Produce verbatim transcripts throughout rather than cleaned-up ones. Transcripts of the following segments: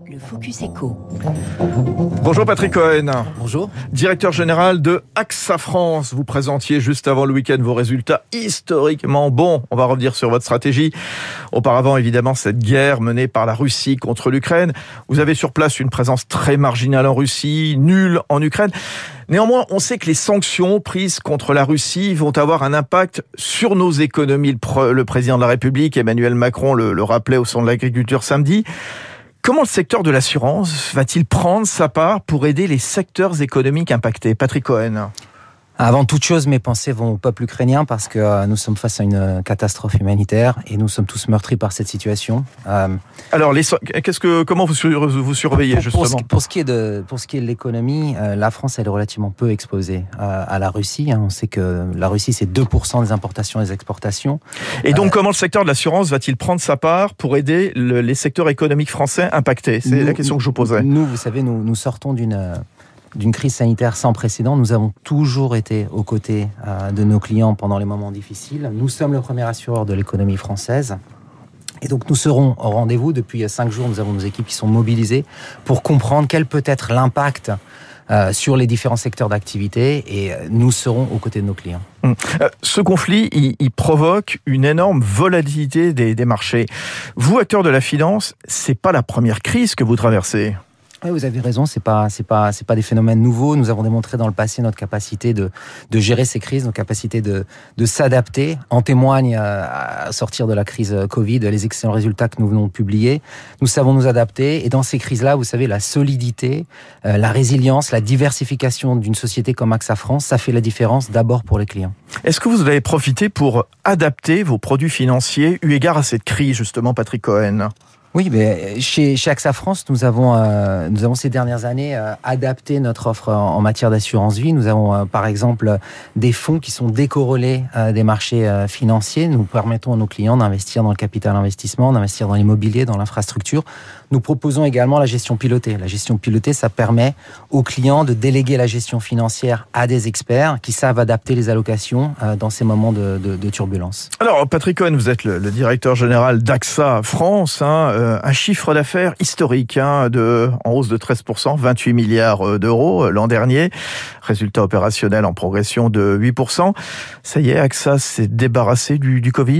Le Focus Éco. Bonjour Patrick Cohen. Bonjour. Directeur général de AXA France. Vous présentiez juste avant le week-end vos résultats historiquement bons. On va revenir sur votre stratégie. Auparavant, évidemment, cette guerre menée par la Russie contre l'Ukraine. Vous avez sur place une présence très marginale en Russie, nulle en Ukraine. Néanmoins, on sait que les sanctions prises contre la Russie vont avoir un impact sur nos économies. Le président de la République, Emmanuel Macron, le, le rappelait au Salon de l'Agriculture samedi. Comment le secteur de l'assurance va-t-il prendre sa part pour aider les secteurs économiques impactés ? Patrick Cohen. Avant toute chose, mes pensées vont au peuple ukrainien parce que euh, nous sommes face à une catastrophe humanitaire et nous sommes tous meurtris par cette situation. Euh, Alors, les, qu'est-ce que, comment vous, sur, vous surveillez pour, justement pour ce, pour ce qui est de, pour ce qui est de l'économie, euh, la France elle est relativement peu exposée euh, à la Russie. Hein. On sait que la Russie c'est deux pour cent des importations et des exportations. Et donc, euh, comment le secteur de l'assurance va-t-il prendre sa part pour aider le, les secteurs économiques français impactés ? C'est nous, la question que je vous poserai. Nous, vous savez, nous, nous sortons d'une d'une crise sanitaire sans précédent. Nous avons toujours été aux côtés euh, de nos clients pendant les moments difficiles. Nous sommes le premier assureur de l'économie française. Et donc nous serons au rendez-vous. Depuis cinq jours, nous avons nos équipes qui sont mobilisées pour comprendre quel peut être l'impact euh, sur les différents secteurs d'activité. Et nous serons aux côtés de nos clients. Hum. Ce conflit, il, il provoque une énorme volatilité des, des marchés. Vous, acteurs de la finance, c'est pas la première crise que vous traversez. Oui, vous avez raison, c'est pas, c'est pas, c'est pas des phénomènes nouveaux. Nous avons démontré dans le passé notre capacité de, de gérer ces crises, notre capacité de, de s'adapter. En témoigne, à sortir de la crise Covid, les excellents résultats que nous venons de publier. Nous savons nous adapter. Et dans ces crises-là, vous savez, la solidité, euh, la résilience, la diversification d'une société comme AXA France, ça fait la différence d'abord pour les clients. Est-ce que vous avez profité pour adapter vos produits financiers eu égard à cette crise, justement, Patrick Cohen ? Oui, mais chez, chez AXA France, nous avons, euh, nous avons ces dernières années euh, adapté notre offre en, en matière d'assurance vie. Nous avons euh, par exemple des fonds qui sont décorrélés euh, des marchés euh, financiers. Nous permettons à nos clients d'investir dans le capital investissement, d'investir dans l'immobilier, dans l'infrastructure. Nous proposons également la gestion pilotée. La gestion pilotée, ça permet aux clients de déléguer la gestion financière à des experts qui savent adapter les allocations euh, dans ces moments de, de, de turbulence. Alors, Patrick Cohen, vous êtes le, le directeur général d'AXA France, hein, euh, un chiffre d'affaires historique, hein, de, en hausse de treize pour cent, vingt-huit milliards d'euros l'an dernier. Résultat opérationnel en progression de huit pour cent. Ça y est, AXA s'est débarrassé du, du Covid ?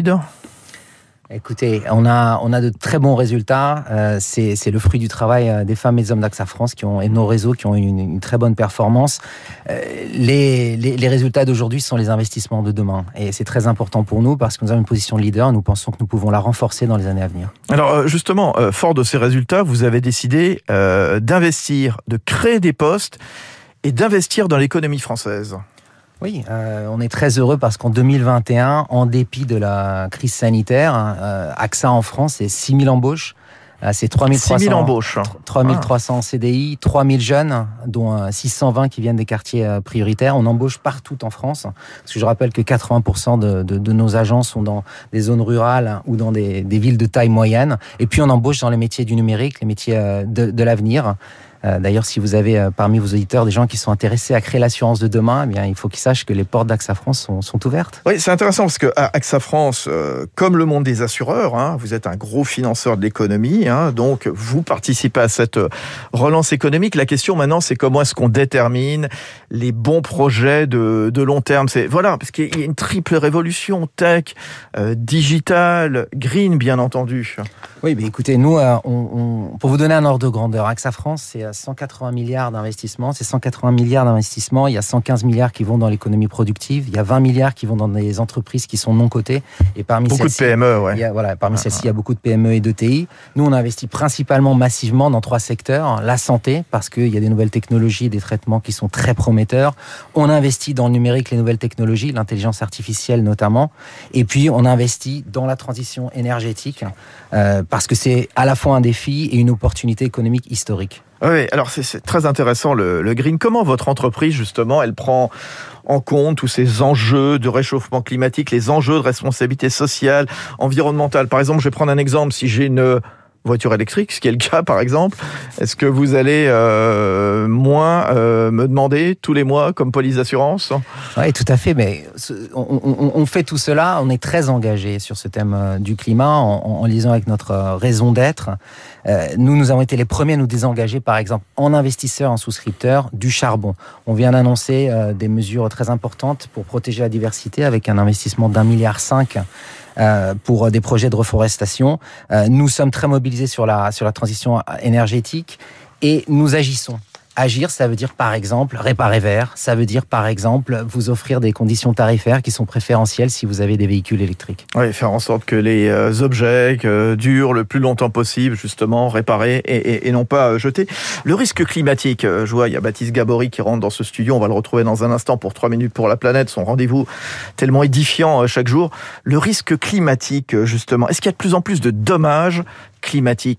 Écoutez, on a on a de très bons résultats. Euh, c'est c'est le fruit du travail des femmes et des hommes d'AXA France qui ont et nos réseaux qui ont une, une très bonne performance. Euh, les, les les résultats d'aujourd'hui sont les investissements de demain et c'est très important pour nous parce que nous avons une position de leader et nous pensons que nous pouvons la renforcer dans les années à venir. Alors justement, fort de ces résultats, vous avez décidé euh, d'investir, de créer des postes et d'investir dans l'économie française. Oui, euh, on est très heureux parce qu'en deux mille vingt et un, en dépit de la crise sanitaire, euh, AXA en France, c'est six mille embauches. Euh, c'est trois mille trois cents, six mille embauches. trois mille trois cents C D I, trois mille jeunes, dont euh, six cent vingt qui viennent des quartiers euh, prioritaires. On embauche partout en France. Parce que je rappelle que quatre-vingts pour cent de, de, de nos agents sont dans des zones rurales ou dans des, des villes de taille moyenne. Et puis on embauche dans les métiers du numérique, les métiers euh, de, de l'avenir. D'ailleurs, si vous avez parmi vos auditeurs des gens qui sont intéressés à créer l'assurance de demain, eh bien, il faut qu'ils sachent que les portes d'AXA France sont, sont ouvertes. Oui, c'est intéressant parce que à AXA France, euh, comme le monde des assureurs, hein, vous êtes un gros financeur de l'économie, hein, donc vous participez à cette relance économique. La question maintenant, c'est comment est-ce qu'on détermine les bons projets de, de long terme. C'est voilà, parce qu'il y a une triple révolution tech, euh, digital, green, bien entendu. Oui, mais écoutez, nous, euh, on, on, pour vous donner un ordre de grandeur, AXA France, c'est cent quatre-vingts milliards d'investissements. Ces cent quatre-vingts milliards d'investissements, il y a cent quinze milliards qui vont dans l'économie productive, il y a vingt milliards qui vont dans des entreprises qui sont non cotées. Et parmi beaucoup de P M E, ouais. Il y a, voilà, parmi ah, celles-ci, il y a beaucoup de P M E et d'E T I. Nous, on investit principalement massivement dans trois secteurs. La santé, parce qu'il y a des nouvelles technologies, des traitements qui sont très prometteurs. On investit dans le numérique, les nouvelles technologies, l'intelligence artificielle notamment. Et puis, on investit dans la transition énergétique, euh, parce que c'est à la fois un défi et une opportunité économique historique. Oui, alors c'est, c'est très intéressant le, le green. Comment votre entreprise, justement, elle prend en compte tous ces enjeux de réchauffement climatique, les enjeux de responsabilité sociale, environnementale ? Par exemple, je vais prendre un exemple. Si j'ai une voiture électrique, ce qui est le cas par exemple, est-ce que vous allez euh, moins euh, me demander tous les mois comme police d'assurance ? Oui, tout à fait. Mais on, on, on fait tout cela. On est très engagé sur ce thème du climat en, en lisant avec notre raison d'être. Euh, nous, nous avons été les premiers à nous désengager, par exemple, en investisseurs, en souscripteurs, du charbon. On vient d'annoncer euh, des mesures très importantes pour protéger la diversité avec un investissement d'un milliard cinq euh, pour des projets de reforestation. Euh, nous sommes très mobilisés sur la, sur la transition énergétique et nous agissons. Agir, ça veut dire par exemple réparer vert, ça veut dire par exemple vous offrir des conditions tarifaires qui sont préférentielles si vous avez des véhicules électriques. Oui, faire en sorte que les euh, objets que, durent le plus longtemps possible, justement, réparer et, et, et non pas euh, jeter. Le risque climatique, euh, je vois, il y a Baptiste Gabory qui rentre dans ce studio, on va le retrouver dans un instant pour trois minutes pour la planète, son rendez-vous tellement édifiant euh, chaque jour. Le risque climatique, euh, justement, est-ce qu'il y a de plus en plus de dommages climatiques ?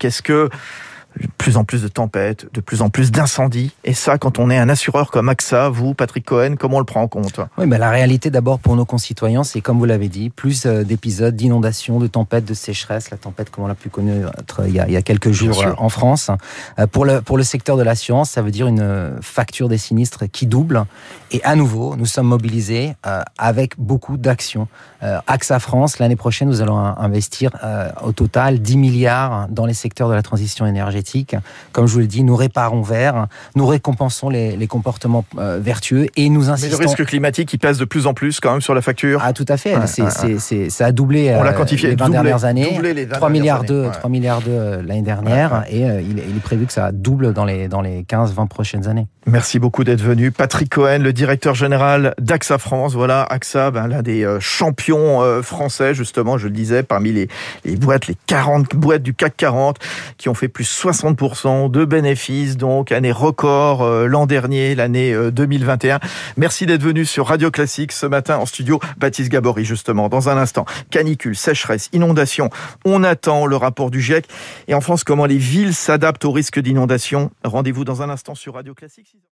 Est-ce que de plus en plus de tempêtes, de plus en plus d'incendies. Et ça, quand on est un assureur comme A X A, vous, Patrick Cohen, comment on le prend en compte ? Oui, mais la réalité d'abord pour nos concitoyens, c'est comme vous l'avez dit, plus d'épisodes d'inondations, de tempêtes, de sécheresse. La tempête, comme on l'a pu connaître il y a, il y a quelques jours en France. Pour le, pour le secteur de l'assurance, ça veut dire une facture des sinistres qui double. Et à nouveau, nous sommes mobilisés euh, avec beaucoup d'actions. Euh, A X A France, l'année prochaine, nous allons investir euh, au total dix milliards dans les secteurs de la transition énergétique. Comme je vous l'ai dit, nous réparons vert, nous récompensons les, les comportements euh, vertueux et nous insistons... Mais le risque climatique, il pèse de plus en plus quand même sur la facture. Ah, tout à fait. Ouais, c'est, ouais, c'est, ouais. c'est, ça a doublé On l'a euh, quantifié, les vingt doublé, dernières années. doublé les vingt trois milliards dernières deux, années. trois milliards deux l'année dernière. Ouais, ouais. Et euh, il, il est prévu que ça double dans les, dans les quinze vingt prochaines années. Merci beaucoup d'être venu. Patrick Cohen, le directeur général d'A X A France. Voilà, A X A, ben, l'un des euh, champions euh, français, justement, je le disais, parmi les, les boîtes, les quarante boîtes du C A C quarante, qui ont fait plus soixante pour cent de bénéfices, donc année record euh, l'an dernier, l'année euh, deux mille vingt et un. Merci d'être venu sur Radio Classique ce matin en studio. Baptiste Gabory, justement, dans un instant. Canicule, sécheresse, inondation. On attend le rapport du GIEC. Et en France, comment les villes s'adaptent au risque d'inondation. Rendez-vous dans un instant sur Radio Classique.